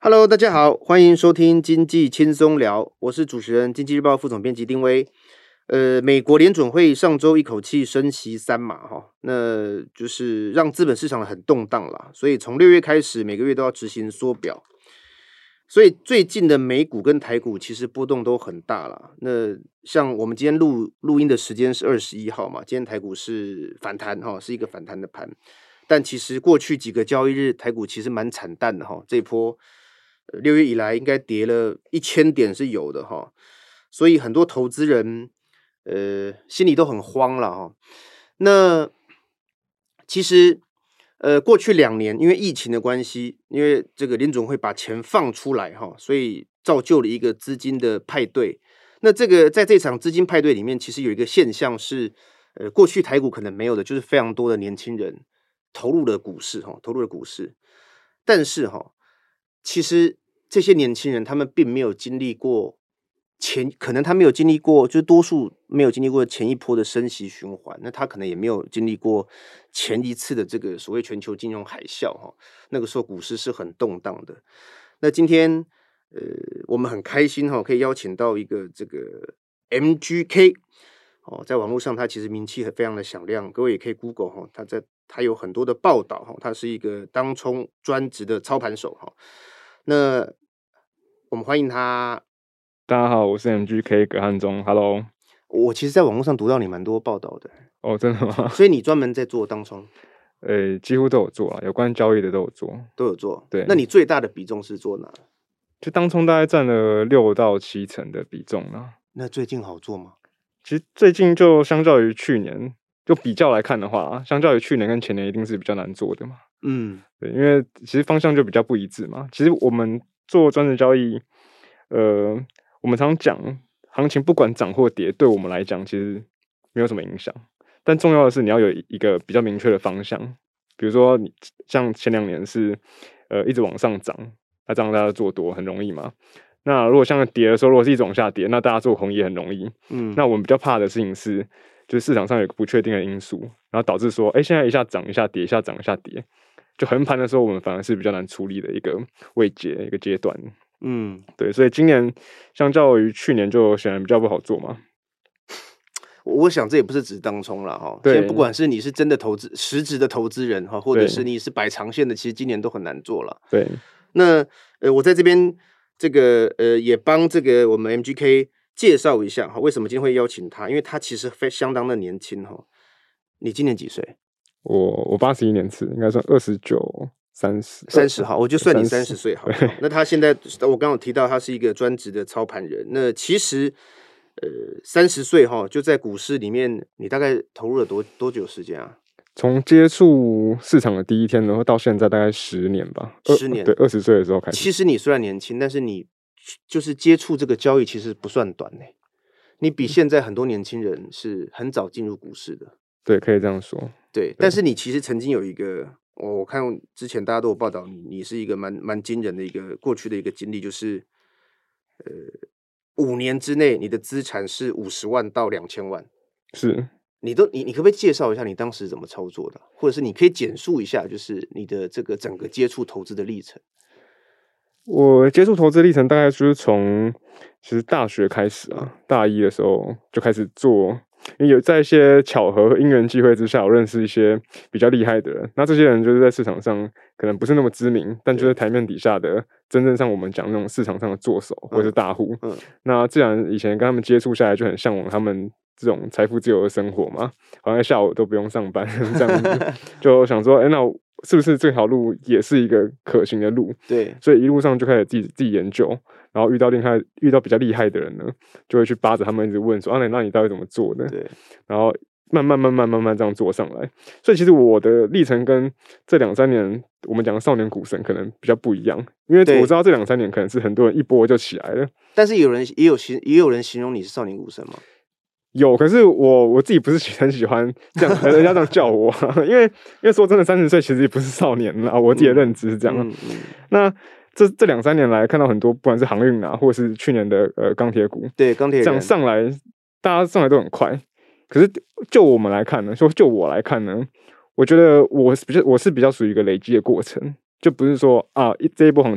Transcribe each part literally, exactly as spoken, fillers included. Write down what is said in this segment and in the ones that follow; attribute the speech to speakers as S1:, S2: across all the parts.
S1: Hello， 大家好，欢迎收听经济轻松聊，我是主持人经济日报副总编辑丁威。呃，美国联准会上周一口气升息三码哈，那就是让资本市场很动荡啦，所以从六月开始，每个月都要执行缩表，所以最近的美股跟台股其实波动都很大啦。那像我们今天录录音的时间是二十一号嘛，今天台股是反弹哈，是一个反弹的盘，但其实过去几个交易日台股其实蛮惨淡的哈，这一波。六月以来应该跌了一千点是有的哈，所以很多投资人呃心里都很慌了哈。那其实呃过去两年因为疫情的关系，因为这个联准会把钱放出来哈，所以造就了一个资金的派对。那这个在这场资金派对里面，其实有一个现象是呃过去台股可能没有的，就是非常多的年轻人投入了股市哈，投入了股市，但是哈。其实这些年轻人他们并没有经历过前，可能他没有经历过，就是多数没有经历过前一波的升息循环，那他可能也没有经历过前一次的这个所谓全球金融海啸哈，那个时候股市是很动荡的。那今天呃，我们很开心哈，可以邀请到一个这个 M G K 哦，在网络上他其实名气非常的响亮，各位也可以 Google 哈，他在他有很多的报道哈，他是一个当冲专职的操盘手哈。那我们欢迎他。
S2: 大家好，我是 M G K 葛汉中 ，Hello。
S1: 我其实在网络上读到你蛮多报道的。
S2: 哦，真的吗？
S1: 所以你专门在做当冲？
S2: 呃，几乎都有做啊，有关交易的都有做，
S1: 都有做。
S2: 对，
S1: 那你最大的比重是做哪？
S2: 就当冲大概占了六到七成的比重啊。
S1: 那最近好做吗？
S2: 其实最近就相较于去年，就比较来看的话，相较于去年跟前年一定是比较难做的嘛。嗯，对，因为其实方向就比较不一致嘛。其实我们做专职交易，呃，我们常讲，行情不管涨或跌，对我们来讲其实没有什么影响。但重要的是你要有一个比较明确的方向。比如说，你像前两年是呃一直往上涨，那这样大家做多很容易嘛。那如果像跌的时候，如果是一直往下跌，那大家做空也很容易。嗯，那我们比较怕的事情是，就是市场上有一个不确定的因素，然后导致说，哎，现在一下涨一下跌，一下涨一下跌。就横盘的时候，我们反而是比较难处理的一个位阶一个阶段。嗯，对，所以今年相较于去年就显然比较不好做嘛。
S1: 我想这也不是只当冲了哈，现在不管是你是真的投资实质的投资人哈，或者是你是摆长线的，其实今年都很难做了。
S2: 对，
S1: 那呃，我在这边这个呃也帮这个我们 M G K 介绍一下哈，为什么今天会邀请他？因为他其实非相当的年轻哈。你今年几岁？
S2: 我我八十一年次，应该算二十九、三十、
S1: 三十好，我就算你三十岁好。那他现在，我刚刚有提到他是一个专职的操盘人。那其实，呃，三十岁哈，就在股市里面，你大概投入了多多久时间啊？
S2: 从接触市场的第一天，然后到现在大概十年吧。
S1: 十年，
S2: 对，二十岁的时候开始。
S1: 其实你虽然年轻，但是你就是接触这个交易，其实不算短呢。你比现在很多年轻人是很早进入股市的。
S2: 对，可以这样说。
S1: 对，但是你其实曾经有一个，我看之前大家都有报道你，你是一个蛮蛮惊人的一个过去的一个经历，就是呃五年之内你的资产是五十万到两千万。
S2: 是，
S1: 你都你你可不可以介绍一下你当时怎么操作的，或者是你可以简述一下，就是你的这个整个接触投资的历程？
S2: 我接触投资历程大概就是从其实大学开始啊，大一的时候就开始做。因为有在一些巧合和因缘际会之下，我认识一些比较厉害的人。那这些人就是在市场上可能不是那么知名，但就是台面底下的真正像我们讲那种市场上的作手或者是大户。嗯嗯、那自然以前跟他们接触下来，就很向往他们这种财富自由的生活嘛，好像下午都不用上班这样子，就想说，哎、欸，那是不是这条路也是一个可行的路？
S1: 对，
S2: 所以一路上就开始自己自己研究。然后遇到厉害、遇到比较厉害的人呢，就会去扒着他们一直问说：“啊，那你到底怎么做的？”
S1: 对，
S2: 然后慢慢、慢慢、慢慢这样做上来。所以其实我的历程跟这两三年我们讲的少年股神可能比较不一样，因为我知道这两三年可能是很多人一波就起来了。
S1: 但是有人也有形也有人形容你是少年股神吗？
S2: 有，可是我我自己不是很喜欢这样，人家这样叫我，因为因为说真的，三十岁其实也不是少年啦，我自己的认知是这样。嗯嗯嗯、那这这两三年来，看到很多不管是航运啊，或者是去年的呃钢铁股，
S1: 对钢铁
S2: 这样上来，大家上来都很快。可是就我们来看呢，说就我来看呢，我觉得我是比较我是比较属于一个累积的过程，就不是说啊这一波行情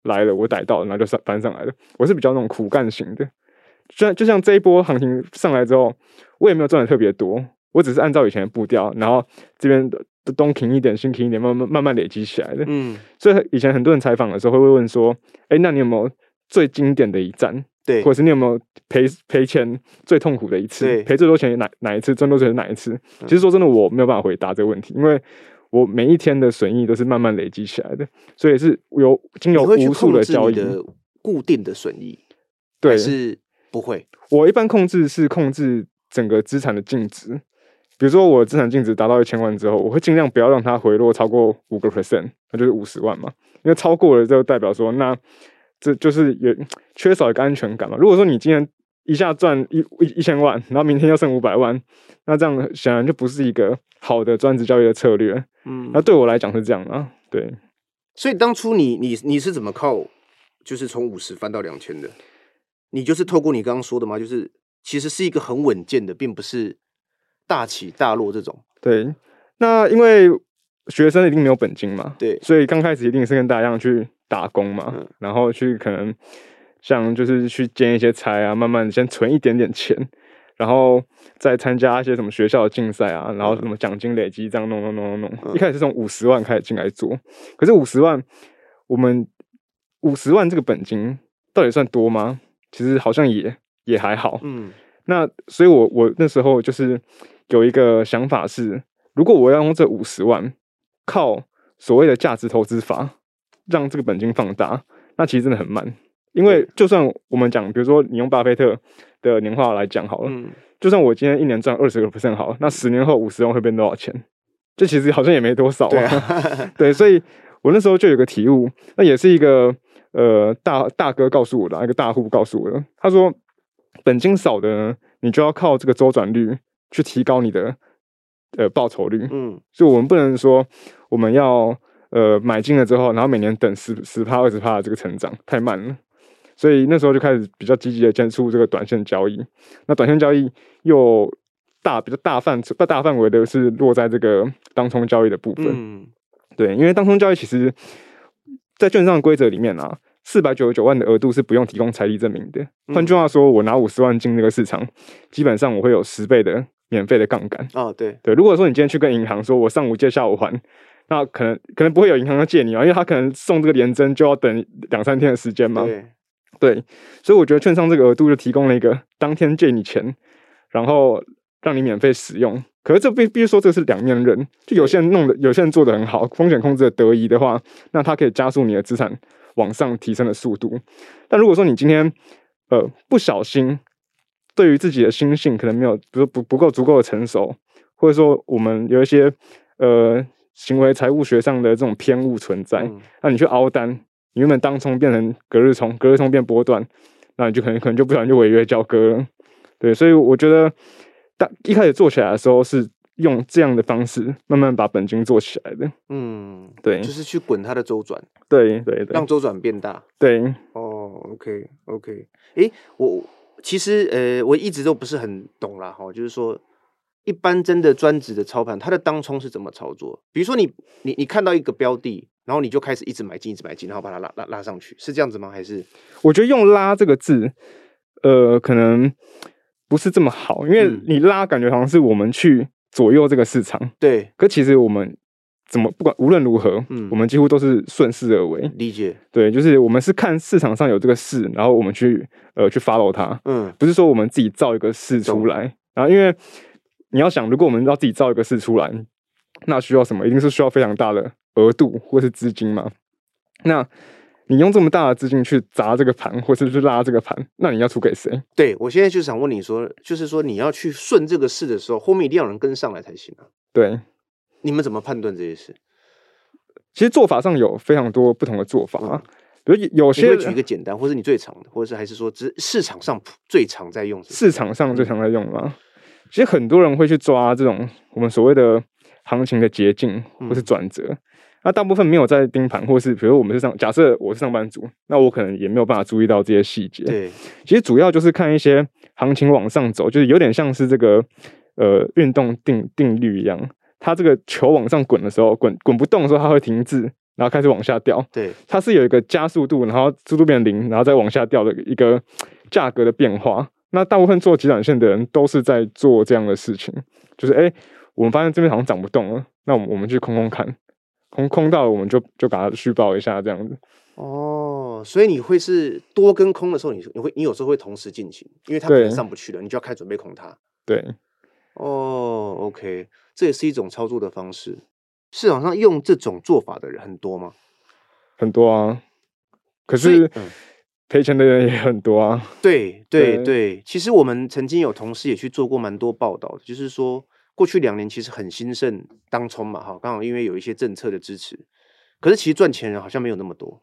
S2: 来了，我逮到了，然后就翻上来了。我是比较那种苦干型的，就就像这一波行情上来之后，我也没有赚的特别多，我只是按照以前的步调，然后这边东停一点，西停一点，慢慢慢慢累积起来的。嗯，所以以前很多人采访的时候会问说，哎，那你有没有最经典的一战？
S1: 对，
S2: 或者是你有没有赔赔钱最痛苦的一次？赔最多钱哪哪一次？赚多钱哪一次？其实说真的，我没有办法回答这个问题，因为我每一天的损益都是慢慢累积起来的，所以是有经有无数的交易。
S1: 你会去控制你的固定的损益，
S2: 对，
S1: 还是不会？
S2: 我一般控制是控制整个资产的净值。比如说我资产净值达到一千万之后，我会尽量不要让它回落超过五个 percent， 那就是五十万嘛。因为超过了就代表说那。这就是也缺少一个安全感嘛。如果说你今天一下赚一一一千万，然后明天又剩五百万，那这样显然就不是一个好的专职交易的策略。嗯，那对我来讲是这样啊。对，
S1: 所以当初你你你是怎么靠，就是从五十翻到两千的？你就是透过你刚刚说的吗？就是其实是一个很稳健的，并不是大起大落这种。
S2: 对，那因为学生一定没有本金嘛，
S1: 对，
S2: 所以刚开始一定是跟大家一样去打工嘛，嗯、然后去可能像就是去兼一些差啊，慢慢先存一点点钱，然后再参加一些什么学校的竞赛啊，然后什么奖金累积这样弄弄弄弄弄。嗯、一开始是从五十万开始进来做，可是五十万，我们五十万这个本金到底算多吗？其实好像也也还好。嗯，那所以我我那时候就是有一个想法是，如果我要用这五十万靠所谓的价值投资法让这个本金放大，那其实真的很慢。因为就算我们讲，比如说你用巴菲特的年化来讲好了，嗯、就算我今天一年赚二十个 percent 好了，那十年后五十万会变多少钱？这其实好像也没多少啊。对, 啊对，所以我那时候就有个体悟，那也是一个呃大大哥告诉我的，一个大户告诉我的。他说，本金少的呢，你就要靠这个周转率去提高你的呃报酬率。嗯，所以我们不能说我们要呃买进了之后，然后每年等十十趴二十趴的这个成长，太慢了。所以那时候就开始比较积极的接触这个短线交易。那短线交易又大比较大范大范围的是落在这个当冲交易的部分。嗯，对，因为当冲交易其实在券商的规则里面啊，四百九十九万的额度是不用提供财力证明的。换句话说，我拿五十万进这个市场，基本上我会有十倍的免费的杠杆。
S1: 哦，对
S2: 对。如果说你今天去跟银行说，我上午借下午还，那可能可能不会有银行要借你啊，因为他可能送这个联征就要等两三天的时间嘛。
S1: 对。
S2: 对，所以我觉得券商这个额度就提供了一个当天借你钱，然后让你免费使用。可是这必必须说这是两面刃，就有些人弄的，有些人做的很好，风险控制的得宜的话，那它可以加速你的资产往上提升的速度。但如果说你今天呃不小心，对于自己的心性可能没有，比如不不够足够的成熟，或者说我们有一些呃行为财务学上的这种偏误存在，嗯、那你去凹单。你原本当冲变成隔日冲，隔日冲变波段，那你就可能可能就不小心就违约交割了。对，所以我觉得，当一开始做起来的时候是用这样的方式慢慢把本金做起来的。嗯，对，
S1: 就是去滚它的周转，
S2: 对对对，
S1: 让周转变大。
S2: 对，
S1: 哦 ，OK OK， 哎，我其实呃我一直都不是很懂啦哈，就是说一般真的专职的操盘，它的当冲是怎么操作？比如说你你你看到一个标的。然后你就开始一直买进，一直买进，然后把它拉拉拉上去，是这样子吗？还是
S2: 我觉得用“拉”这个字，呃，可能不是这么好，因为你拉感觉好像是我们去左右这个市场，
S1: 对。
S2: 可其实我们怎么不管无论如何，嗯，我们几乎都是顺势而为。
S1: 理解。
S2: 对，就是我们是看市场上有这个势，然后我们去呃去 follow 它，嗯，不是说我们自己造一个势出来。然后因为你要想，如果我们要自己造一个势出来，那需要什么？一定是需要非常大的额度或是资金嘛？那你用这么大的资金去砸这个盘，或是去拉这个盘，那你要出给谁？
S1: 对，我现在就想问你说，就是说你要去顺这个势的时候，后面一定要有人跟上来才行啊。
S2: 对，
S1: 你们怎么判断这些事？
S2: 其实做法上有非常多不同的做法啊，嗯、比如有些
S1: 你会举一个简单，或是你最常的，或者是还是说只市场上最常在用？
S2: 市场上最常在用吗？嗯、其实很多人会去抓这种我们所谓的行情的捷径或是转折，嗯、那大部分没有在盯盘，或是比如我们是上，假设我是上班族，那我可能也没有办法注意到这些细节。
S1: 对，
S2: 其实主要就是看一些行情往上走，就是有点像是这个呃运动定定律一样，它这个球往上滚的时候，滚滚不动的时候它会停滞， 然后开始往下掉。
S1: 对，
S2: 它是有一个加速度，然后速度变零，然后再往下掉的一个价格的变化。那大部分做极短线的人都是在做这样的事情，就是哎、欸，我们发现这边好像涨不动了，那我们我们去空空看，空空到了我们就就把它续报一下这样子。
S1: 哦，所以你会是多跟空的时候，你你会你有时候会同时进行，因为它可能上不去了，你就要开始准备空它。
S2: 对，
S1: 哦 ，OK， 这也是一种操作的方式。市场上用这种做法的人很多吗？
S2: 很多啊，可是赔钱的人也很多啊。
S1: 对对 对, 对，其实我们曾经有同事也去做过蛮多报道的，就是说过去两年其实很兴盛当冲嘛，哈，刚好因为有一些政策的支持，可是其实赚钱人好像没有那么多。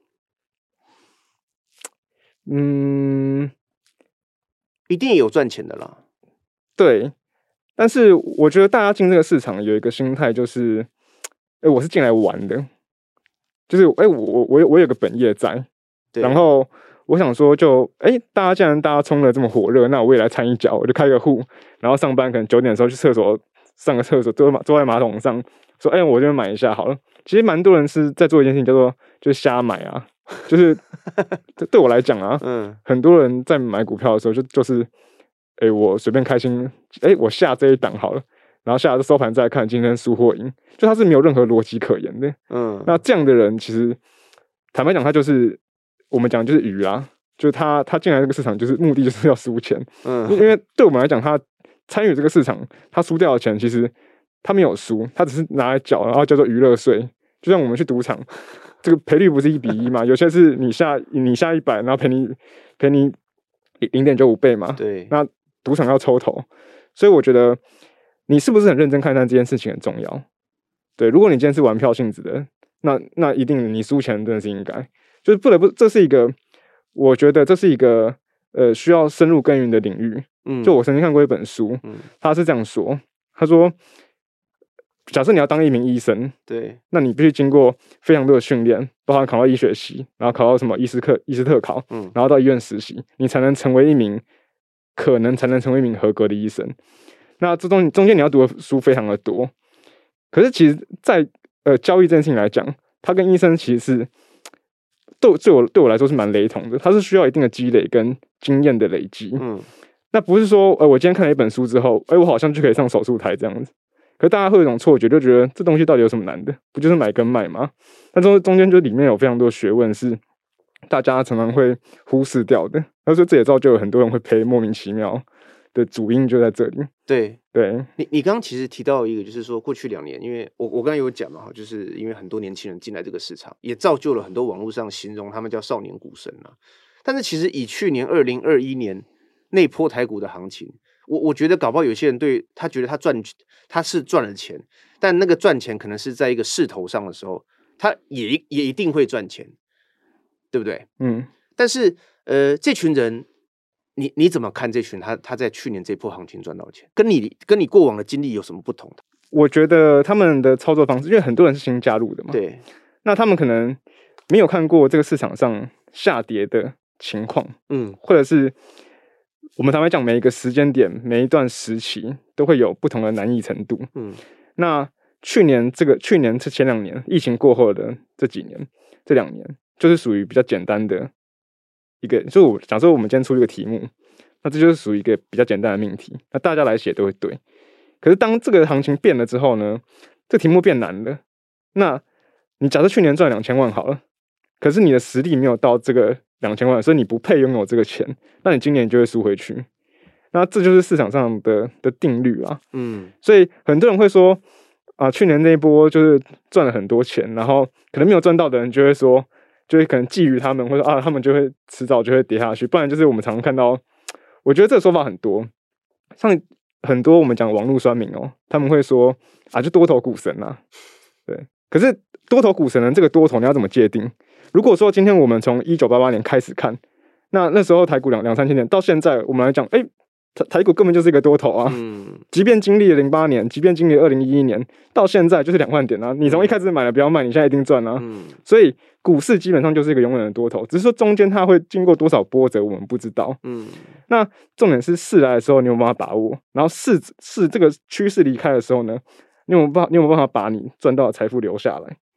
S1: 嗯，一定也有赚钱的啦。
S2: 对，但是我觉得大家进这个市场有一个心态，就是，哎、欸，我是进来玩的，就是哎、欸，我我我有个本业在，然后我想说就，就、欸、哎，大家既然大家冲的这么火热，那我也来掺一脚，我就开个户，然后上班可能九点的时候去厕所上个厕所，坐坐在马桶上，说哎、欸，我这边买一下好了。其实蛮多人是在做一件事情，叫做就是瞎买啊。就是对我来讲啊，嗯，很多人在买股票的时候就就是，哎、欸，我随便开心，哎、欸，我下这一档好了，然后下了收盘再看今天输或赢，就他是没有任何逻辑可言的，嗯，那这样的人其实坦白讲，他就是我们讲就是鱼啊，就是他他进来这个市场就是目的就是要输钱，嗯，因为对我们来讲，他参与这个市场，他输掉的钱其实他没有输，他只是拿来缴，然后叫做娱乐税，就像我们去赌场。这个赔率不是一比一嘛？有些是你下你下一百，然后赔你赔你零点九五倍嘛。
S1: 对，
S2: 那赌场要抽头，所以我觉得你是不是很认真看待这件事情很重要。对，如果你今天是玩票性质的，那那一定你输钱真的是应该，就是不得不，这是一个我觉得这是一个呃需要深入耕耘的领域。嗯，就我曾经看过一本书，嗯，他是这样说，他说。假设你要当一名医生，
S1: 对，
S2: 那你必须经过非常多的训练，包含考到医学系，然后考到什么医师课、医师特考，嗯，然后到医院实习，你才能成为一名，可能才能成为一名合格的医生。那这中中间你要读的书非常的多，可是其实在，在呃交易这件事情来讲，它跟医生其实是对对我对我来说是蛮雷同的，它是需要一定的积累跟经验的累积。嗯，那不是说呃我今天看了一本书之后，哎、欸、我好像就可以上手术台这样子。可是大家会有一种错觉，就觉得这东西到底有什么难的？不就是买跟卖吗？但中中间就里面有非常多的学问是大家常常会忽视掉的。他说这也造就有很多人会赔莫名其妙的主因就在这里。
S1: 对
S2: 对，
S1: 你你刚刚其实提到一个，就是说过去两年，因为我我刚刚有讲嘛，就是因为很多年轻人进来这个市场，也造就了很多网络上形容他们叫少年股神啊。但是其实以去年二零二一年那波台股的行情。我我觉得搞不好有些人对他觉得他赚他是赚了钱，但那个赚钱可能是在一个势头上的时候，他也也一定会赚钱，对不对？嗯。但是呃，这群人，你你怎么看这群他他在去年这波行情赚到钱，跟你跟你过往的经历有什么不同的？
S2: 我觉得他们的操作方式，因为很多人是新加入的嘛，
S1: 对，
S2: 那他们可能没有看过这个市场上下跌的情况，嗯，或者是。我们坦白讲，每一个时间点、每一段时期都会有不同的难易程度。嗯，那去年这个、去年这前两年疫情过后的这几年、这两年，就是属于比较简单的一个。就我假设我们今天出一个题目，那这就是属于一个比较简单的命题，那大家来写都会对。可是当这个行情变了之后呢，这个题目变难了。那你假设去年赚两千万好了，可是你的实力没有到这个。两千万，所以你不配拥有这个钱，那你今年就会输回去。那这就是市场上的的定律啊。嗯，所以很多人会说啊，去年那一波就是赚了很多钱，然后可能没有赚到的人就会说，就会可能觊觎他们，或者啊，他们就会迟早就会跌下去。不然就是我们常常看到，我觉得这个说法很多，像很多我们讲网络酸民哦，他们会说啊，就多头股神啊，对。可是多头股神呢，这个多头你要怎么界定？如果说今天我们从一九八八年开始看，那那时候台股两两三千点，到现在我们来讲，哎、欸，台台股根本就是一个多头啊。嗯，即便经历了零八年，即便经历了二零一一年，到现在就是两万点啊。你从一开始买了不要卖，你现在一定赚啊。嗯，所以股市基本上就是一个永远的多头，只是说中间它会经过多少波折，我们不知道。嗯，那重点是势来的时候，你有没有办法把握？然后势势这个趋势离开的时候呢，你有没有办法？你有没有办法把你赚到的财富留下来？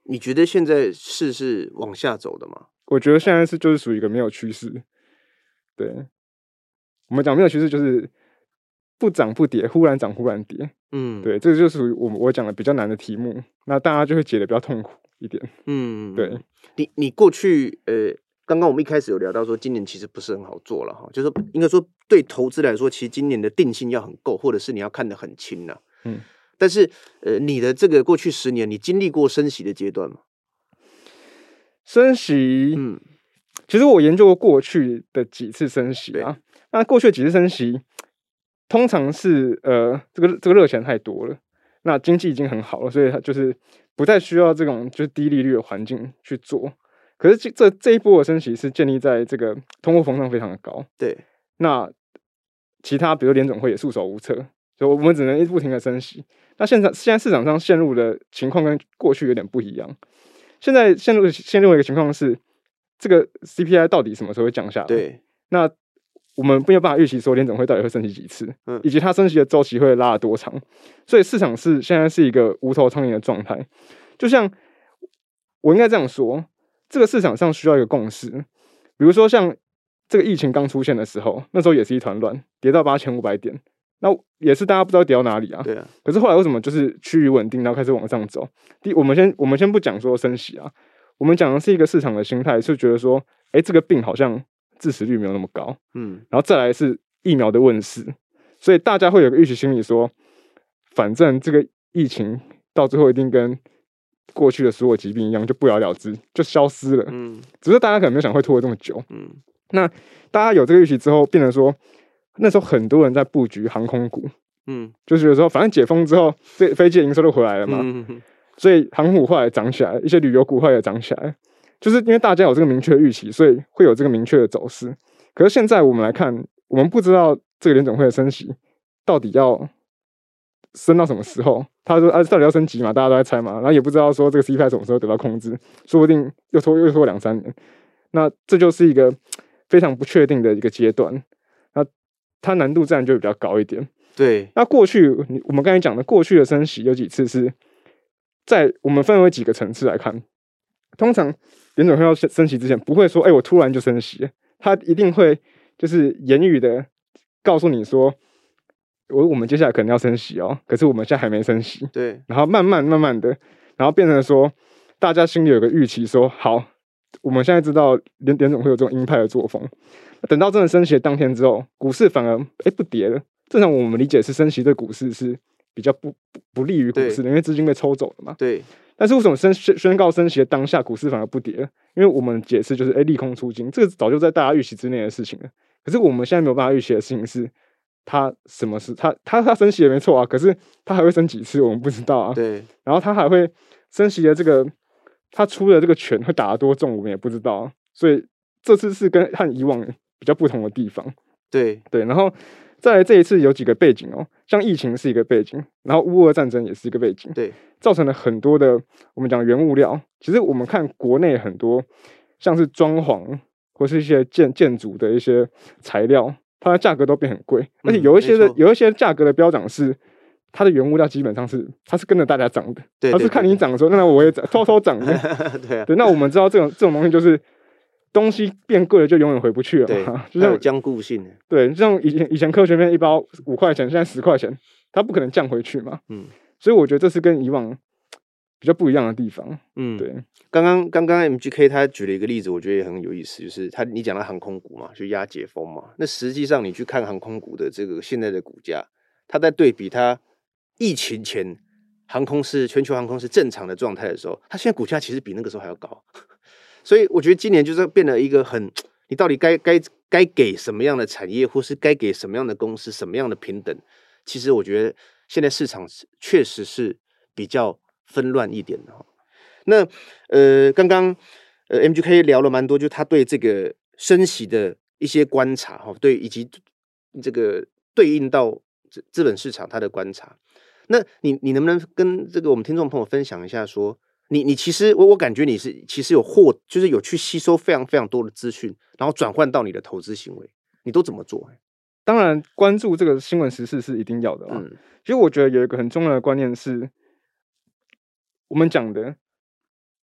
S1: 你觉得现在市是往下走的吗？
S2: 我觉得现在是就是属于一个没有趋势。对，我们讲没有趋势就是不涨不跌，忽然涨忽然跌。嗯，对，这就属于我我讲的比较难的题目，那大家就会解得比较痛苦一点。嗯，对。
S1: 你你过去呃，刚刚我们一开始有聊到说，今年其实不是很好做了哈，就是说应该说对投资来说，其实今年的定性要很够，或者是你要看得很清啊。嗯，但是呃，你的这个过去十年，你经历过升息的阶段吗？
S2: 升息，嗯，其实我研究过过去的几次升息啊，那过去的几次升息，通常是呃，这个这个热钱太多了，那经济已经很好了，所以它就是不再需要这种就是低利率的环境去做。可是这这这一波的升息是建立在这个通货膨胀非常的高，
S1: 对，
S2: 那其他比如联总会也束手无策，所以我们只能一直不停的升息。那现在现在市场上陷入的情况跟过去有点不一样。现在陷入陷入一个情况是，这个 C P I 到底什么时候会降下来？
S1: 对，
S2: 那我们没有办法预期说联总会到底会升息几次，嗯，以及它升息的周期会拉得多长，所以市场是现在是一个无头苍蝇的状态。就像我应该这样说，这个市场上需要一个共识，比如说像这个疫情刚出现的时候，那时候也是一团乱，跌到八千五百点。那也是大家不知道跌到哪里啊，
S1: 对啊。
S2: 可是后来为什么就是趋于稳定，然后开始往上走？第，我们先我们先不讲说升息啊，我们讲的是一个市场的心态，是觉得说，哎、欸，这个病好像致死率没有那么高，嗯，然后再来是疫苗的问世，所以大家会有个预期心理说，反正这个疫情到最后一定跟过去的所有疾病一样，就不了了之，就消失了，嗯，只是大家可能没有想会拖得这么久，嗯，那大家有这个预期之后，变成说。那时候很多人在布局航空股，嗯，就是有时候反正解封之后，飞飞机的营收都回来了嘛，嗯嗯，所以航空股后来涨起来，一些旅游股后来也涨起来，就是因为大家有这个明确的预期，所以会有这个明确的走势。可是现在我们来看，我们不知道这个联总会的升息到底要升到什么时候。他说啊，到底要升级嘛？大家都在猜嘛，然后也不知道说这个 C P I 什么时候得到控制，说不定又拖又拖两三年。那这就是一个非常不确定的一个阶段。那它难度自然就比较高一点。
S1: 对，
S2: 那过去我们刚才讲的过去的升息有几次是在我们分为几个层次来看。通常联总会要升息之前，不会说，哎、欸，我突然就升息，他一定会就是言语的告诉你说，我我们接下来可能要升息哦，可是我们现在还没升息。
S1: 对，
S2: 然后慢慢慢慢的，然后变成说，大家心里有个预期说，好，我们现在知道联联总会有这种鹰派的作风。等到真的升息的当天之后，股市反而哎不跌了。正常我们理解是升息对股市是比较不不不利于股市的，因为资金被抽走了嘛。
S1: 对。
S2: 但是为什么宣宣告升息的当下，股市反而不跌了？因为我们解释就是哎利空出尽，这个早就在大家预期之内的事情了。可是我们现在没有办法预期的事情是，它什么事？它它它升息也没错啊，可是它还会升几次，我们不知道啊。
S1: 对。
S2: 然后它还会升息的这个，它出的这个拳会打得多重，我们也不知道啊。所以这次是跟和以往比较不同的地方。
S1: 对
S2: 对，然后再来这一次有几个背景哦，像疫情是一个背景，然后乌俄战争也是一个背景，
S1: 对，
S2: 造成了很多的我们讲原物料。其实我们看国内很多像是装潢或是一些建建筑的一些材料，它的价格都变很贵，而且有一些的、嗯、有一些价格的飙涨是它的原物料基本上是它是跟着大家涨的，
S1: 对，
S2: 它是看你涨的时候，那我也涨，偷偷涨的，
S1: 对啊，
S2: 对。那我们知道这种这种东西就是东西变贵了就永远回不去了嘛，就像
S1: 有僵固性的，
S2: 对，就像以前以前科学面一包五块钱，现在十块钱，它不可能降回去嘛，嗯，所以我觉得这是跟以往比较不一样的地方，嗯，对。
S1: 刚刚刚刚 M G K 他举了一个例子，我觉得也很有意思，就是他你讲到航空股嘛，就压解封嘛，那实际上你去看航空股的这个现在的股价，它在对比它疫情前航空是全球航空是正常的状态的时候，它现在股价其实比那个时候还要高，所以我觉得今年就是变得一个很，你到底该该该给什么样的产业，或是该给什么样的公司，什么样的平等，其实我觉得现在市场确实是比较纷乱一点的。那呃，刚刚呃 M G K 聊了蛮多，就他对这个升息的一些观察哈，对，以及这个对应到资本市场他的观察。那你你能不能跟这个我们听众朋友分享一下说，你你其实我我感觉你是其实有获，就是有去吸收非常非常多的资讯，然后转换到你的投资行为，你都怎么做？
S2: 当然，关注这个新闻时事是一定要的嘛。嗯，其实我觉得有一个很重要的观念是，我们讲的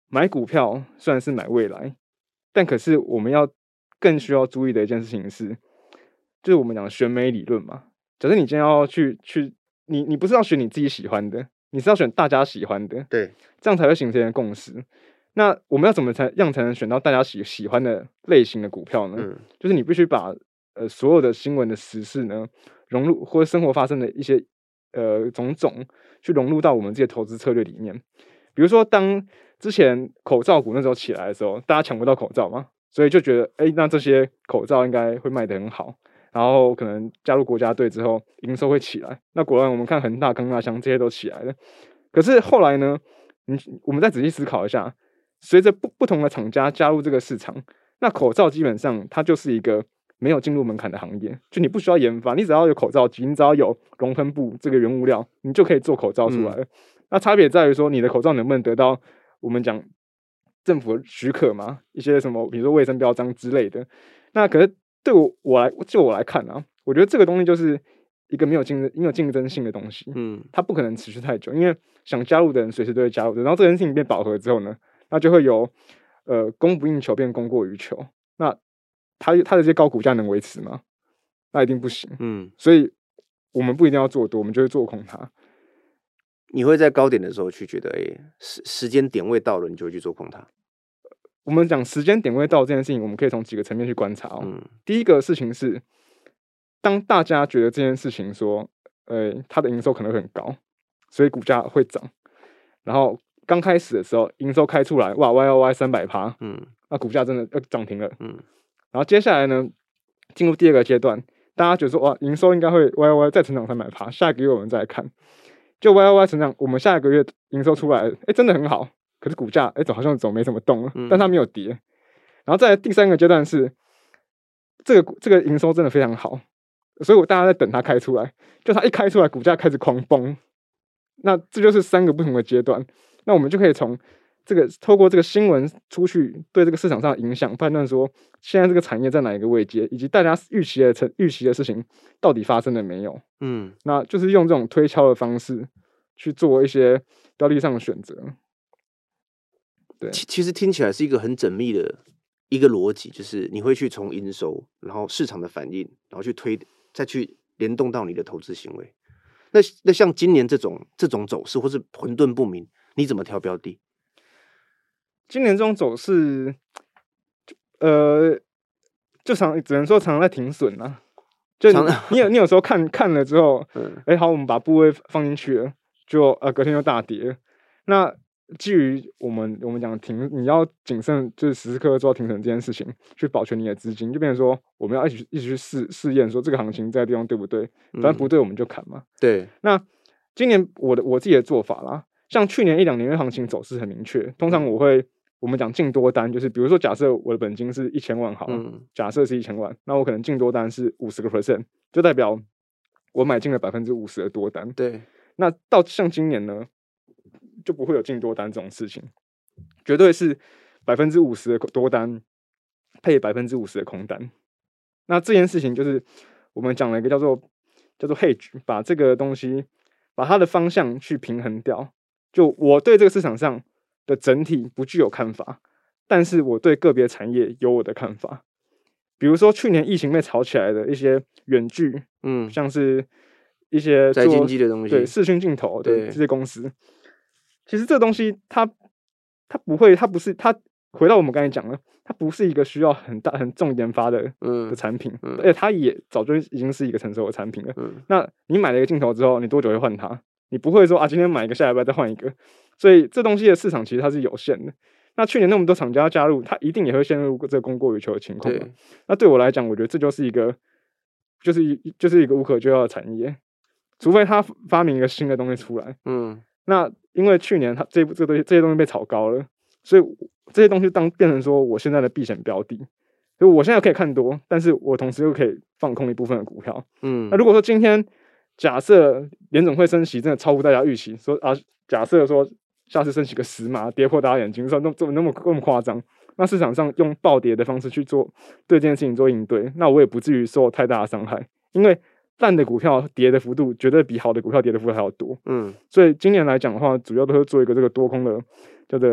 S2: 买股票虽然是买未来，但可是我们要更需要注意的一件事情是，就是我们讲的选美理论嘛。假设你今天要去去，你你不是要选你自己喜欢的，你是要选大家喜欢的，
S1: 对，
S2: 这样才会形成一个共识。那我们要怎么才样才能选到大家喜喜欢的类型的股票呢？嗯、就是你必须把呃所有的新闻的时事呢融入，或者生活发生的一些呃种种，去融入到我们这些投资策略里面。比如说，当之前口罩股那时候起来的时候，大家抢不到口罩嘛，所以就觉得，哎、欸，那这些口罩应该会卖得很好，然后可能加入国家队之后，营收会起来。那果然，我们看恒大、康大香这些都起来了。可是后来呢，嗯，我们再仔细思考一下，随着不不同的厂家加入这个市场，那口罩基本上它就是一个没有进入门槛的行业，就你不需要研发，你只要有口罩机，你只要有熔喷布这个原物料，你就可以做口罩出来了。嗯、那差别在于说，你的口罩能不能得到我们讲政府许可嘛？一些什么，比如说卫生标章之类的。那可是对我我来就我来看啊，我觉得这个东西就是一个没有竞争、没有竞争性的东西。嗯，它不可能持续太久，因为想加入的人随时都会加入的。然后这件事情变饱和之后呢，那就会有呃供不应求变供过于求。那它它的这些高股价能维持吗？那一定不行。嗯，所以我们不一定要做多，我们就会做空它。
S1: 你会在高点的时候去觉得，哎、欸，时时间点位到了，你就会去做空它。
S2: 我们讲时间点位到这件事情，我们可以从几个层面去观察哦。嗯、第一个事情是，当大家觉得这件事情说，呃，它的营收可能会很高，所以股价会涨。然后刚开始的时候，营收开出来，哇 ，Y O Y 三百趴，嗯，那股价真的要涨停了，嗯。然后接下来呢，进入第二个阶段，大家觉得说，哇，营收应该会 Y O Y 再成长三百趴，下一个月我们再来看。就 Y O Y 成长，我们下一个月营收出来，哎、欸，真的很好。可是股价，哎、欸，走好像走没怎么动了，嗯、但它没有跌。然后再来第三个阶段是，这个这个营收真的非常好，所以我大家在等它开出来。就它一开出来，股价开始狂崩。那这就是三个不同的阶段。那我们就可以从这个透过这个新闻出去对这个市场上的影响，判断说现在这个产业在哪一个位阶，以及大家预期的预期的事情到底发生了没有。嗯，那就是用这种推敲的方式去做一些标的上的选择。对，
S1: 其其实听起来是一个很缜密的一个逻辑，就是你会去从营收，然后市场的反应，然后去推，再去联动到你的投资行为。那那像今年这种这种走势，或是混沌不明，你怎么挑标的？
S2: 今年这种走势，呃，就常只能说常常在停损啦。就 你, 你有你有时候看看了之后，嗯，哎，好，我们把部位放进去了，就呃隔天就大跌了。那基于我们我们讲停，你要谨慎，就是时时刻刻做到停损这件事情，去保全你的资金，就变成说我们要一起一起去试试验，说这个行情在地方对不对？反正不对我们就砍嘛。
S1: 嗯、对。
S2: 那今年我的我自己的做法啦，像去年一两年的行情走势很明确，通常我会我们讲净多单，就是比如说假设我的本金是一千万好，嗯、假设是一千万，那我可能净多单是五十个 percent， 就代表我买进了百分之五十的多单。
S1: 对。
S2: 那到像今年呢？就不会有净多单这种事情，绝对是百分之五十的多单配百分之五十的空单。那这件事情就是我们讲了一个叫做叫做 hedge， 把这个东西把它的方向去平衡掉。就我对这个市场上的整体不具有看法，但是我对个别产业有我的看法。比如说去年疫情被炒起来的一些远距，嗯，像是一些
S1: 宅经济的东西，
S2: 对视讯镜头的这些公司。其实这个东西它，它它不会，它不是它回到我们刚才讲的，它不是一个需要很大很重研发的、嗯、的产品，嗯、而且它也早就已经是一个成熟的产品了。嗯、那你买了一个镜头之后，你多久会换它？你不会说啊，今天买一个，下礼拜再换一个。所以这东西的市场其实它是有限的。那去年那么多厂家加入，它一定也会陷入这个供过于求的情况。那对我来讲，我觉得这就是一个，就是一就是一个无可救药的产业，除非他发明一个新的东西出来。嗯。那因为去年它这这东西这些东西被炒高了，所以这些东西当变成说我现在的避险标的，所以我现在可以看多，但是我同时又可以放空一部分的股票。嗯，那如果说今天假设联总会升息真的超乎大家预期，说啊，假设说下次升息个十码，跌破大家眼睛，说那这么那么那么夸张，那市场上用暴跌的方式去做对这件事情做应对，那我也不至于受太大的伤害，因为烂的股票跌的幅度绝对比好的股票跌的幅度还要多，嗯，所以今年来讲的话，主要都是做一个这个多空的叫做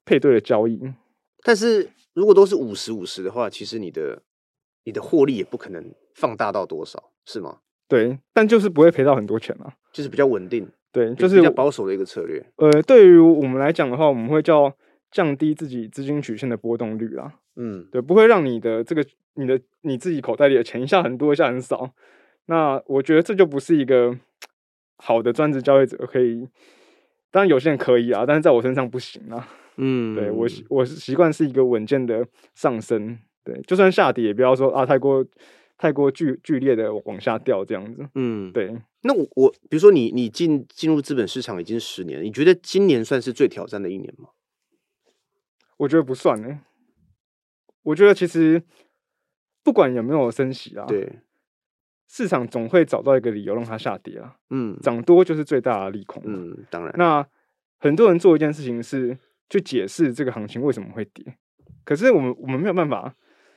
S2: 配对的交易。
S1: 但是如果都是五十五十的话，其实你的你的获利也不可能放大到多少，是吗？
S2: 对，但就是不会赔到很多钱啊，
S1: 就是比较稳定。
S2: 对，就是
S1: 比较保守的一个策略。
S2: 呃，对于我们来讲的话，我们会叫降低自己资金曲线的波动率啦。嗯，对，不会让你的这个你的你自己口袋里的钱一下很多，一下很少。那我觉得这就不是一个好的专职交易者可以。当然有些人可以啊，但是在我身上不行啊。嗯，对我我是习惯是一个稳健的上升。对，就算下跌也不要说啊太过太过剧剧烈的往下掉这样子。嗯，对。
S1: 那我我比如说你你进进入资本市场已经十年了，你觉得今年算是最挑战的一年吗？
S2: 我觉得不算呢、欸。我觉得其实不管有没有升息啊，
S1: 对，
S2: 市场总会找到一个理由让它下跌啊。嗯，涨多就是最大的利空。
S1: 嗯，当然。
S2: 那很多人做一件事情是去解释这个行情为什么会跌，可是我们我们没有办法。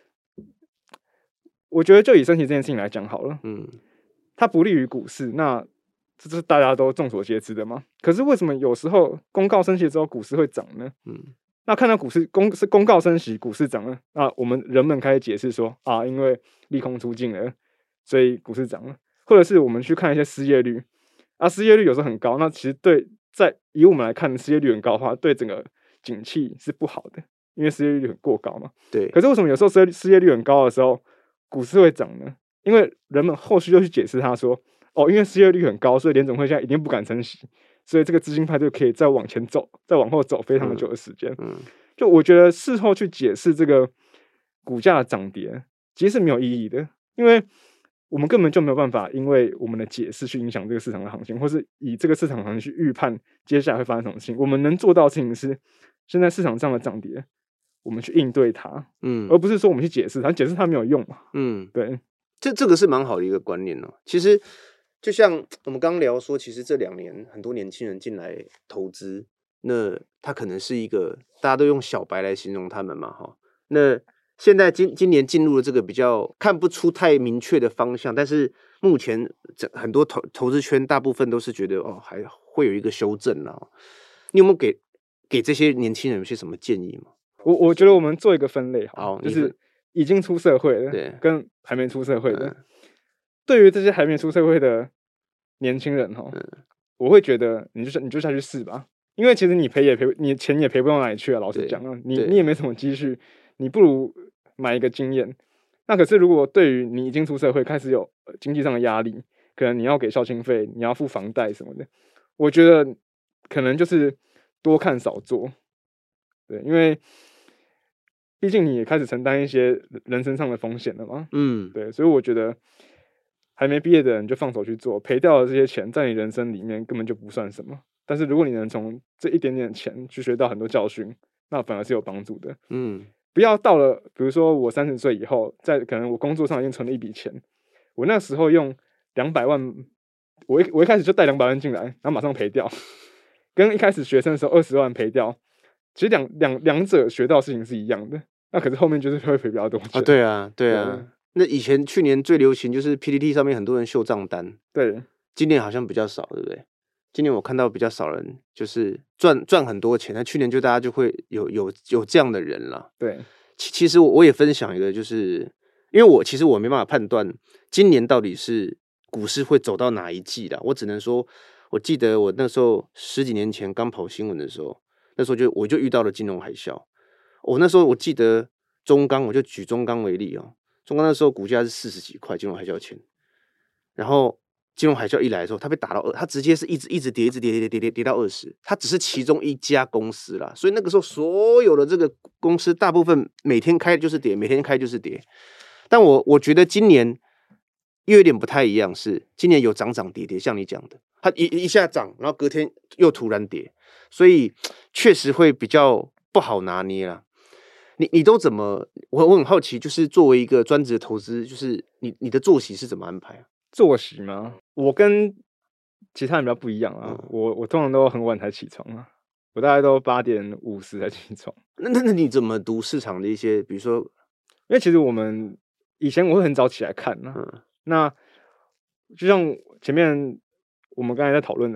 S2: 我觉得就以升息这件事情来讲好了，嗯，它不利于股市，那这是大家都众所皆知的嘛。可是为什么有时候公告升息之后股市会涨呢？嗯，那看到股市公是公告升息，股市涨了，那我们人们开始解释说啊，因为利空出尽了，所以股市涨了。或者是我们去看一些失业率，啊，失业率有时候很高，那其实对在以我们来看，失业率很高的话，对整个景气是不好的，因为失业率很过高嘛。
S1: 对。
S2: 可是为什么有时候失业失业率很高的时候，股市会涨呢？因为人们后续就去解释他说，哦，因为失业率很高，所以联总会现在一定不敢升息，所以这个资金派对可以再往前走，再往后走非常的久的时间。嗯，就我觉得事后去解释这个股价的涨跌，其实是没有意义的，因为我们根本就没有办法，因为我们的解释去影响这个市场的行情，或是以这个市场行情去预判接下来会发生什么事情。我们能做到的事情是，现在市场上的涨跌，我们去应对它，嗯，而不是说我们去解释它，解释它没有用嘛，嗯，对，
S1: 这这个是蛮好的一个观念哦。其实就像我们刚刚聊说，其实这两年很多年轻人进来投资，那他可能是一个大家都用小白来形容他们嘛，哈。那现在今今年进入了这个比较看不出太明确的方向，但是目前很多投投资圈大部分都是觉得哦，还会有一个修正啦。你有没有给给这些年轻人有些什么建议吗？
S2: 我我觉得我们做一个分类好，就是已经出社会的跟还没出社会的。嗯、对于这些还没出社会的年轻人哈，嗯、我会觉得你就你就下去试吧，因为其实你赔也赔，你钱也赔不到哪里去啊。老实讲啊，你你也没什么积蓄，你不如买一个经验。那可是如果对于你已经出社会，开始有经济上的压力，可能你要给孝亲费，你要付房贷什么的，我觉得可能就是多看少做。对，因为毕竟你也开始承担一些人身上的风险了嘛。嗯，对，所以我觉得还没毕业的人就放手去做，赔掉的这些钱在你人生里面根本就不算什么。但是如果你能从这一点点钱去学到很多教训，那反而是有帮助的。嗯，不要到了比如说我三十岁以后，在可能我工作上已经存了一笔钱，我那时候用两百万，我一我一开始就带两百万进来，然后马上赔掉，跟一开始学生的时候二十万赔掉。其实两两两者学到的事情是一样的，那可是后面就是会赔比较多钱
S1: 啊。对啊，对啊。对，那以前去年最流行就是 P T T 上面很多人秀账单，
S2: 对。
S1: 今年好像比较少，对不对？今年我看到比较少人就是赚赚很多钱，那去年就大家就会有有有这样的人了。
S2: 对，
S1: 其其实我我也分享一个，就是因为我其实我没办法判断今年到底是股市会走到哪一季的，我只能说，我记得我那时候十几年前刚跑新闻的时候。那时候就我就遇到了金融海啸，我那时候我记得中钢，我就举中钢为例哦，中钢那时候股价是四十几块，金融海啸前，然后金融海啸一来的时候，它被打到二，它直接是一直一直跌，一直跌跌跌跌跌到二十，它只是其中一家公司啦，所以那个时候所有的这个公司大部分每天开就是跌，每天开就是跌，但我我觉得今年又有点不太一样，是今年有涨涨跌跌，像你讲的，它一一下涨，然后隔天又突然跌。所以确实会比较不好拿捏啦。你你都怎么？我我很好奇，就是作为一个专职的投资，就是你你的作息是怎么安排啊？
S2: 作息吗？我跟其他人比较不一样啊。嗯、我我通常都很晚才起床啊，我大概都八点五十才起床。
S1: 那那那你怎么读市场的一些，比如说，
S2: 因为其实我们以前我会很早起来看啊。嗯、那就像前面我们刚才在讨论的嘛。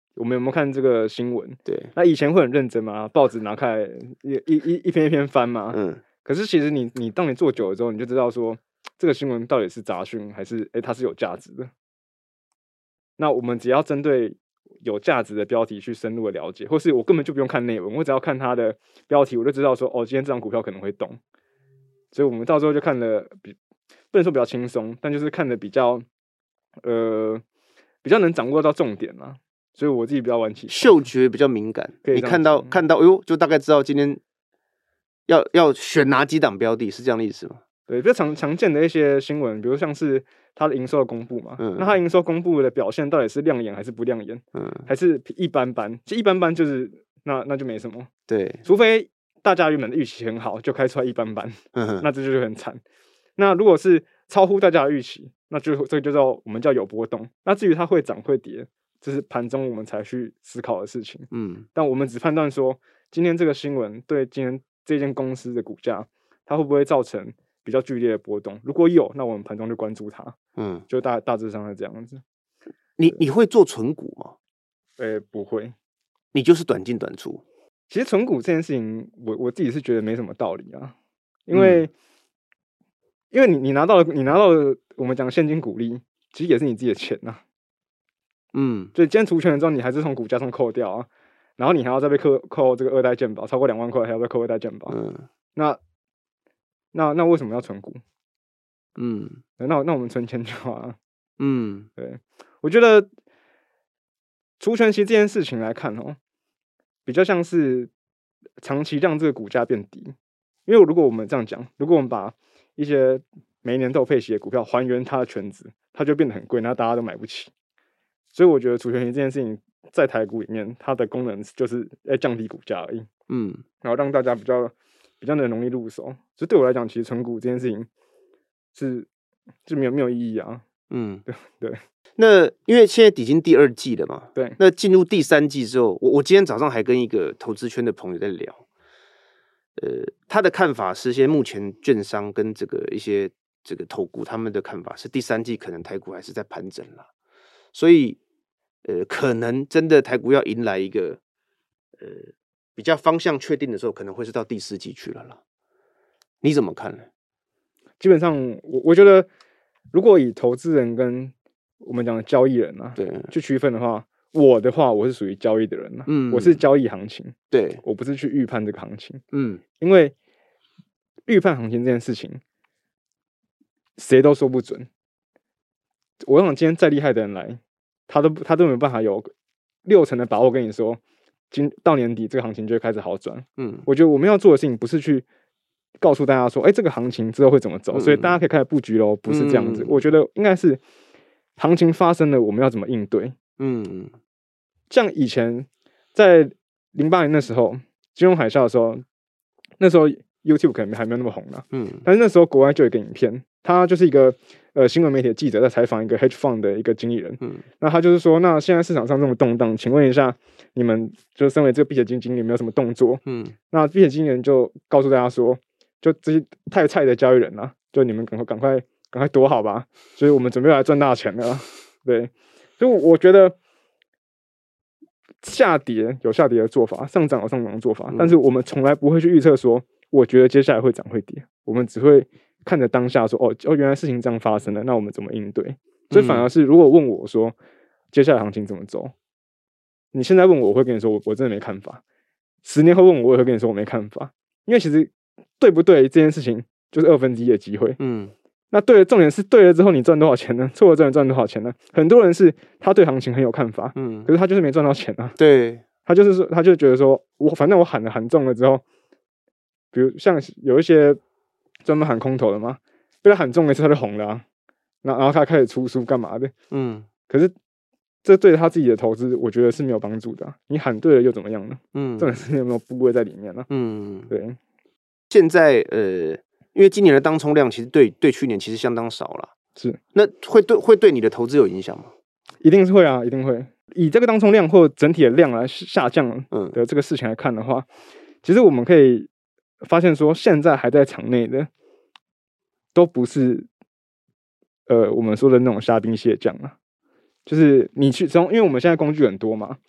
S2: 我们有没有看这个新闻？
S1: 对，
S2: 那以前会很认真嘛，报纸拿开一一一一篇一篇翻嘛。
S1: 嗯，
S2: 可是其实你你当你做久了之后，你就知道说这个新闻到底是杂讯还是哎它是有价值的。那我们只要针对有价值的标题去深入的了解，或是我根本就不用看内文，我只要看它的标题，我就知道说哦，今天这张股票可能会动。所以我们到时候就看了比不能说比较轻松，但就是看的比较呃比较能掌握到重点嘛。所以我自己比较晚起，
S1: 嗅觉比较敏感，你看到看到，哎呦，就大概知道今天要要选哪几档标的，是这样的意思吗？
S2: 对，比较常常见的一些新闻，比如像是它的营收的公布嘛，嗯、那它营收公布的表现到底是亮眼还是不亮眼，嗯，还是一般般？其实一般般就是那那就没什么，
S1: 对，
S2: 除非大家原本的预期很好，就开出来一般般，嗯、那这就很惨。那如果是超乎大家的预期，那就这个就叫我们叫有波动。那至于它会涨会跌，这是盘中我们才去思考的事情。嗯，但我们只判断说，今天这个新闻对今天这间公司的股价，它会不会造成比较剧烈的波动？如果有，那我们盘中就关注它。嗯，就大大致上是这样子。
S1: 你你会做存股吗？
S2: 呃、欸，不会。
S1: 你就是短进短出。
S2: 其实存股这件事情，我我自己是觉得没什么道理啊，因为、嗯、因为你你拿到你拿到的我们讲现金股利，其实也是你自己的钱啊。嗯，所以今天除权了之后，你还是从股价上扣掉啊，然后你还要再被扣扣这个二代健保，超过两万块还要再扣二代健保。嗯，那那那为什么要存股？嗯，那那我们存钱就好了。嗯，对，我觉得除权息这件事情来看哦，比较像是长期让这个股价变低，因为如果我们这样讲，如果我们把一些每一年都有配息的股票还原它的权值，它就变得很贵，那大家都买不起。所以我觉得除权息这件事情在台股里面，它的功能就是在降低股价而已。嗯，然后让大家比较比较能容易入手。所以对我来讲，其实存股这件事情是是没有没有意义啊。嗯，对对。
S1: 那因为现在已经第二季了嘛，
S2: 对。
S1: 那进入第三季之后，我我今天早上还跟一个投资圈的朋友在聊，呃，他的看法是，现在目前券商跟这个一些这个投顾他们的看法是，第三季可能台股还是在盘整啦。所以，呃，可能真的台股要迎来一个，呃，比较方向确定的时候，可能会是到第四季去了啦。你怎么看呢？
S2: 基本上，我我觉得，如果以投资人跟我们讲的交易人啊，
S1: 对，
S2: 去区分的话，我的话，我是属于交易的人啊，嗯，我是交易行情，
S1: 对，
S2: 我不是去预判这个行情，嗯，因为预判行情这件事情，谁都说不准。我想今天再厉害的人来，他都他都没有办法有六成的把握跟你说，今到年底这个行情就会开始好转。嗯，我觉得我们要做的事情不是去告诉大家说，哎、欸，这个行情之后会怎么走，嗯、所以大家可以开始布局咯，不是这样子。嗯、我觉得应该是行情发生了，我们要怎么应对？嗯，像以前在零八年那时候金融海啸的时候，那时候 YouTube 可能还没有那么红啦。嗯，但是那时候国外就有一个影片。他就是一个呃新闻媒体的记者在采访一个 hedge fund 的一个经理人，嗯，那他就是说，那现在市场上这么动荡，请问一下，你们就身为这个避险基金经理有没有什么动作？嗯，那避险基金人就告诉大家说，就这些太菜的交易人啊，就你们赶快赶快赶快躲好吧，所以我们准备来赚大钱了。对，所以我觉得下跌有下跌的做法，上涨有上涨的做法，嗯、但是我们从来不会去预测说，我觉得接下来会涨会跌，我们只会看着当下说，哦哦，原来事情这样发生了，那我们怎么应对？所以反而是，如果问我说接下来行情怎么走，你现在问我，我会跟你说，我我真的没看法。十年后问我，我也会跟你说我没看法，因为其实对不对这件事情就是二分之一的机会。嗯，那对了，重点是对了之后你赚多少钱呢？错了之后你赚多少钱呢？很多人是他对行情很有看法，嗯，可是他就是没赚到钱啊。
S1: 对，他
S2: 就是说，他就觉得说我反正我喊了喊中了之后，比如像有一些。专门喊空头的嘛，被他喊中了一次他就红了、啊，然后他开始出书干嘛的？嗯，可是这对他自己的投资，我觉得是没有帮助的、啊。你喊对了又怎么样呢？嗯，重点是你有没有部位在里面呢、啊？嗯，对。
S1: 现在呃，因为今年的当冲量其实对对去年其实相当少了，
S2: 是
S1: 那会对会对你的投资有影响吗？
S2: 一定是会啊，一定会。以这个当冲量或整体的量来下降的这个事情来看的话，嗯、其实我们可以。发现说，现在还在场内的，都不是，呃，我们说的那种虾兵蟹将啊。就是你去从，因为我们现在工具很多嘛，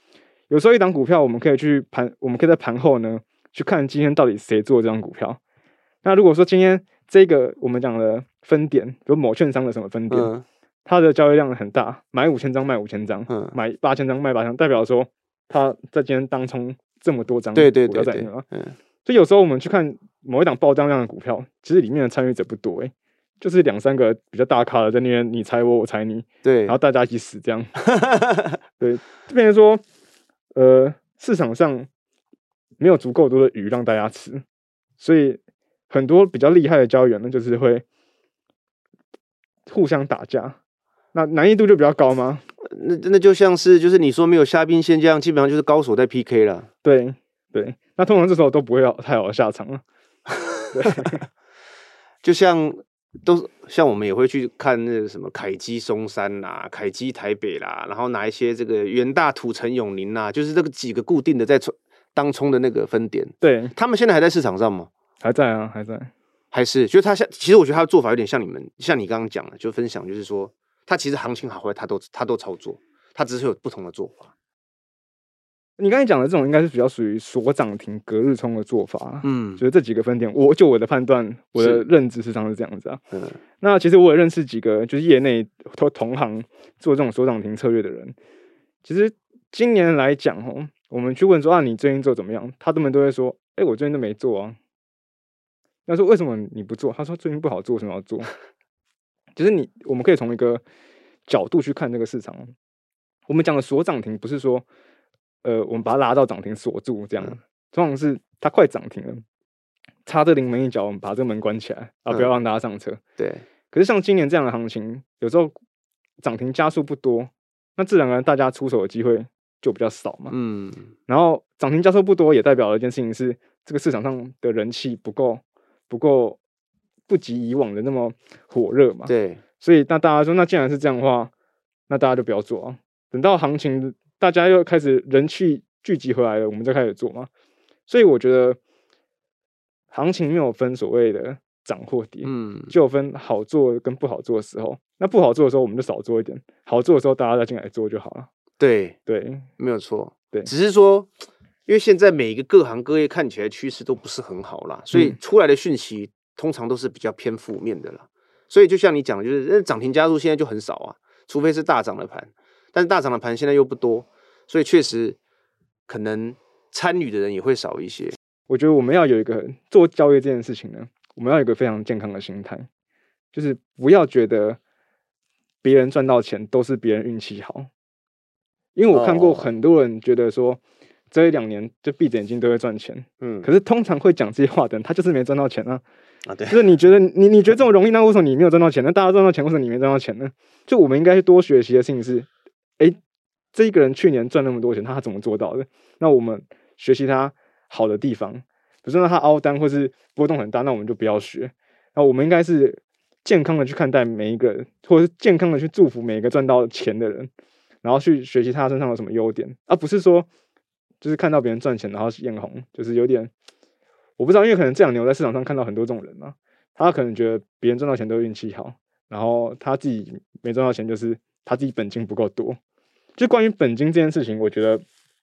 S2: 有时候一档股票我们可以去盘，我们可以在盘后呢去看今天到底谁做这张股票。那如果说今天这个我们讲的分点，比如某券商的什么分点，嗯、它的交易量很大，买五千张卖五千张，嗯、买八千张卖八千张，代表说它在今天当冲这么多张股票在里面。嗯，所以有时候我们去看某一档爆张量的股票，其实里面的参与者不多、欸，就是两三个比较大咖的在那边你猜我，我猜你，对，然后大家一起死这样。对，就变成说，呃，市场上没有足够多的鱼让大家吃，所以很多比较厉害的交易员呢，就是会互相打架，那难易度就比较高吗？
S1: 那那就像是就是你说没有虾兵蟹将，基本上就是高手在 P K 了。
S2: 对对，那通常这时候都不会有太好的下场了。对，
S1: 就像都像我们也会去看那个什么凯基松山啦、凯基台北啦，然后拿一些这个元大土城永宁啦，就是这个几个固定的在当冲的那个分点。
S2: 对，
S1: 他们现在还在市场上吗？
S2: 还在啊，还在。
S1: 还是，就是他像，其实我觉得他的做法有点像你们，像你刚刚讲的，就分享，就是说，他其实行情好坏，他都他都操作，他只是有不同的做法。
S2: 你刚才讲的这种，应该是比较属于锁涨停隔日冲的做法。嗯，就是这几个分点，我就我的判断，我的认知实际上是这样子啊。嗯，那其实我也认识几个，就是业内同同行做这种锁涨停策略的人。其实今年来讲，哦，我们去问说啊，你最近做怎么样？他们都会说，哎、欸，我最近都没做啊。那说为什么你不做？他说最近不好做，为什么要做？就是你，我们可以从一个角度去看这个市场。我们讲的锁涨停，不是说，呃，我们把它拉到涨停锁住这样，嗯、通常是它快涨停了，插这临门一脚，我们把这个门关起来，啊，不要让大家上车。嗯、对。可是像今年这样的行情，有时候涨停加速不多，那自然而然大家出手的机会就比较少嘛。嗯。然后涨停加速不多，也代表了一件事情是，这个市场上的人气不够。不够不及以往的那么火热嘛？对，所以那大家说，那既然是这样的话，那大家就不要做啊。等到行情大家又开始人气聚集回来了，我们再开始做嘛。所以我觉得行情没有分所谓的涨或跌，嗯，就有分好做跟不好做的时候。那不好做的时候，我们就少做一点；好做的时候，大家再进来做就好了。
S1: 对对，没有错。对，只是说。因为现在每一个各行各业看起来趋势都不是很好啦，所以出来的讯息通常都是比较偏负面的啦。所以就像你讲的，就是涨停加入现在就很少啊，除非是大涨的盘，但是大涨的盘现在又不多，所以确实可能参与的人也会少一些。
S2: 我觉得我们要有一个做交易这件事情呢，我们要有一个非常健康的心态，就是不要觉得别人赚到钱都是别人运气好，因为我看过很多人觉得说。这一两年就闭着眼睛都会赚钱，嗯，可是通常会讲这些话的人，他就是没赚到钱啊。啊，对，就是你觉得你你觉得这么容易，那为什么你没有赚到钱？那大家赚到钱，为什么你没赚到钱呢？就我们应该去多学习的事情是，哎，这一个人去年赚那么多钱，他怎么做到的？那我们学习他好的地方，比如说他凹单或是波动很大，那我们就不要学。那我们应该是健康的去看待每一个人，或者是健康的去祝福每一个赚到钱的人，然后去学习他身上有什么优点，而不是说。就是看到别人赚钱，然后眼红，就是有点，我不知道，因为可能这两年我在市场上看到很多这种人嘛，他可能觉得别人赚到钱都运气好，然后他自己没赚到钱，就是他自己本金不够多。就关于本金这件事情，我觉得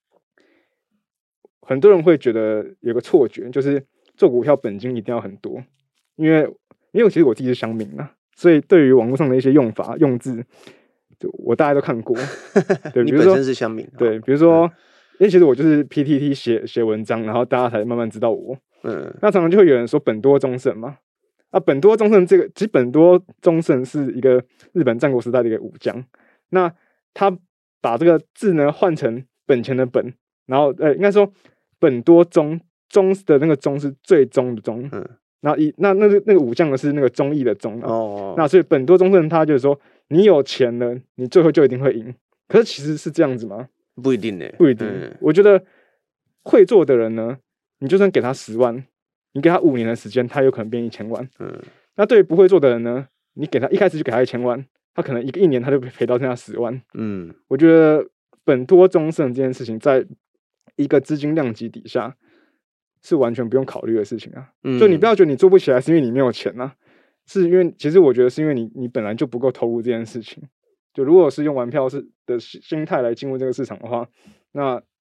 S2: 很多人会觉得有个错觉，就是做股票本金一定要很多，因为因为其实我自己是乡民啊，所以对于网络上的一些用法用字，就我大概都看过。对，
S1: 你本身是乡民，
S2: 对，比如说。嗯因为其实我就是 P T T 写写文章，然后大家才慢慢知道我。嗯，那常常就会有人说本多忠胜嘛，啊，本多忠胜这个其实本多忠胜是一个日本战国时代的一个武将，那他把这个字呢换成本钱的本，然后呃应该说本多忠忠的那个忠是最忠的忠，嗯，然后一那那个那个武将呢是那个忠义的忠哦，那所以本多忠胜他就是说你有钱了，你最后就一定会赢，可是其实是这样子吗？
S1: 不一定呢、欸，
S2: 不一定。嗯、我觉得会做的人呢，你就算给他十万，你给他五年的时间，他有可能变一千万。嗯，那对于不会做的人呢，你给他一开始就给他一千万，他可能一个一年他就赔到剩下十万。嗯，我觉得本多忠胜这件事情，在一个资金量级底下是完全不用考虑的事情啊。嗯，就你不要觉得你做不起来是因为你没有钱啊，是因为其实我觉得是因为你你本来就不够投入这件事情。就如果是用玩票是的心态来进入这个市场的话，那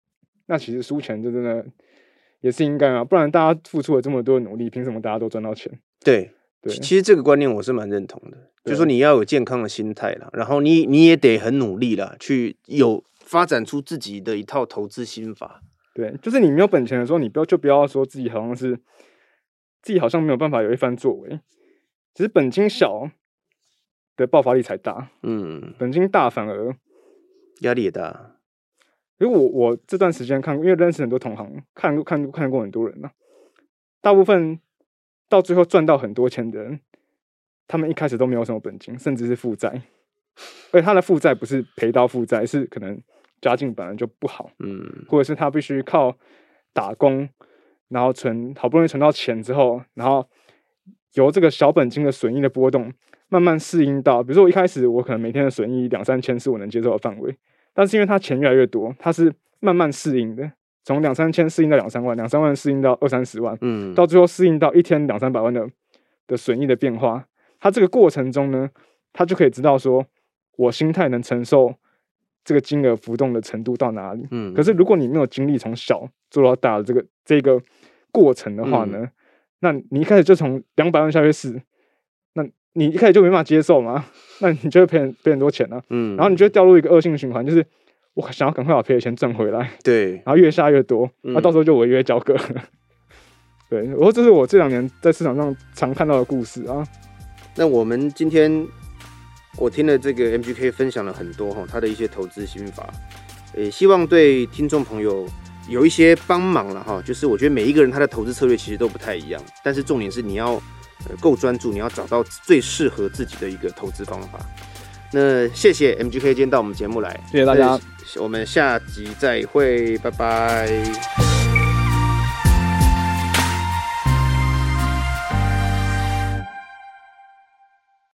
S2: 那其实输钱就真的也是应该嘛，不然大家付出了这么多的努力，凭什么大家都赚到钱？
S1: 对
S2: 对，
S1: 其实这个观念我是蛮认同的，就是说你要有健康的心态啦，然后你你也得很努力啦，去有发展出自己的一套投资心法。
S2: 对，就是你没有本钱的时候，你不要就不要说自己好像是自己好像没有办法有一番作为，只是本金小的爆发力才大，嗯，本金大反而
S1: 压力也大。
S2: 因为我我这段时间看过，因为认识很多同行，看看看过很多人啊，大部分到最后赚到很多钱的人，他们一开始都没有什么本金，甚至是负债，而且他的负债不是赔到负债，是可能家境本来就不好，嗯，或者是他必须靠打工，然后存，好不容易存到钱之后，然后由这个小本金的损益的波动，慢慢适应到，比如说我一开始我可能每天的损益两三千是我能接受的范围。但是因为他钱越来越多，他是慢慢适应的，从两三千适应到两三万，两三万适应到二三十万，嗯，到最后适应到一天两三百万的的损益的变化。他这个过程中呢，他就可以知道说，我心态能承受这个金额浮动的程度到哪里。嗯，可是如果你没有经历从小做到大的这个这个过程的话呢，嗯、那你一开始就从两百万下去试，那你一开始就没办法接受嘛，那你就会赔很赔很多钱啊，嗯，然后你就会掉入一个恶性循环，就是我想要赶快把赔的钱挣回来，
S1: 对，
S2: 然后越下越多，那、嗯、到时候就违约交割。对，然后这是我这两年在市场上常看到的故事啊。
S1: 那我们今天我听了这个 M G K 分享了很多哈，他的一些投资心法，也希望对听众朋友有一些帮忙了哈。就是我觉得每一个人他的投资策略其实都不太一样，但是重点是你要。呃，够专注，你要找到最适合自己的一个投资方法。那谢谢 M G K 今天到我们节目来，
S2: 谢谢大家，
S1: 我们下集再会，拜拜。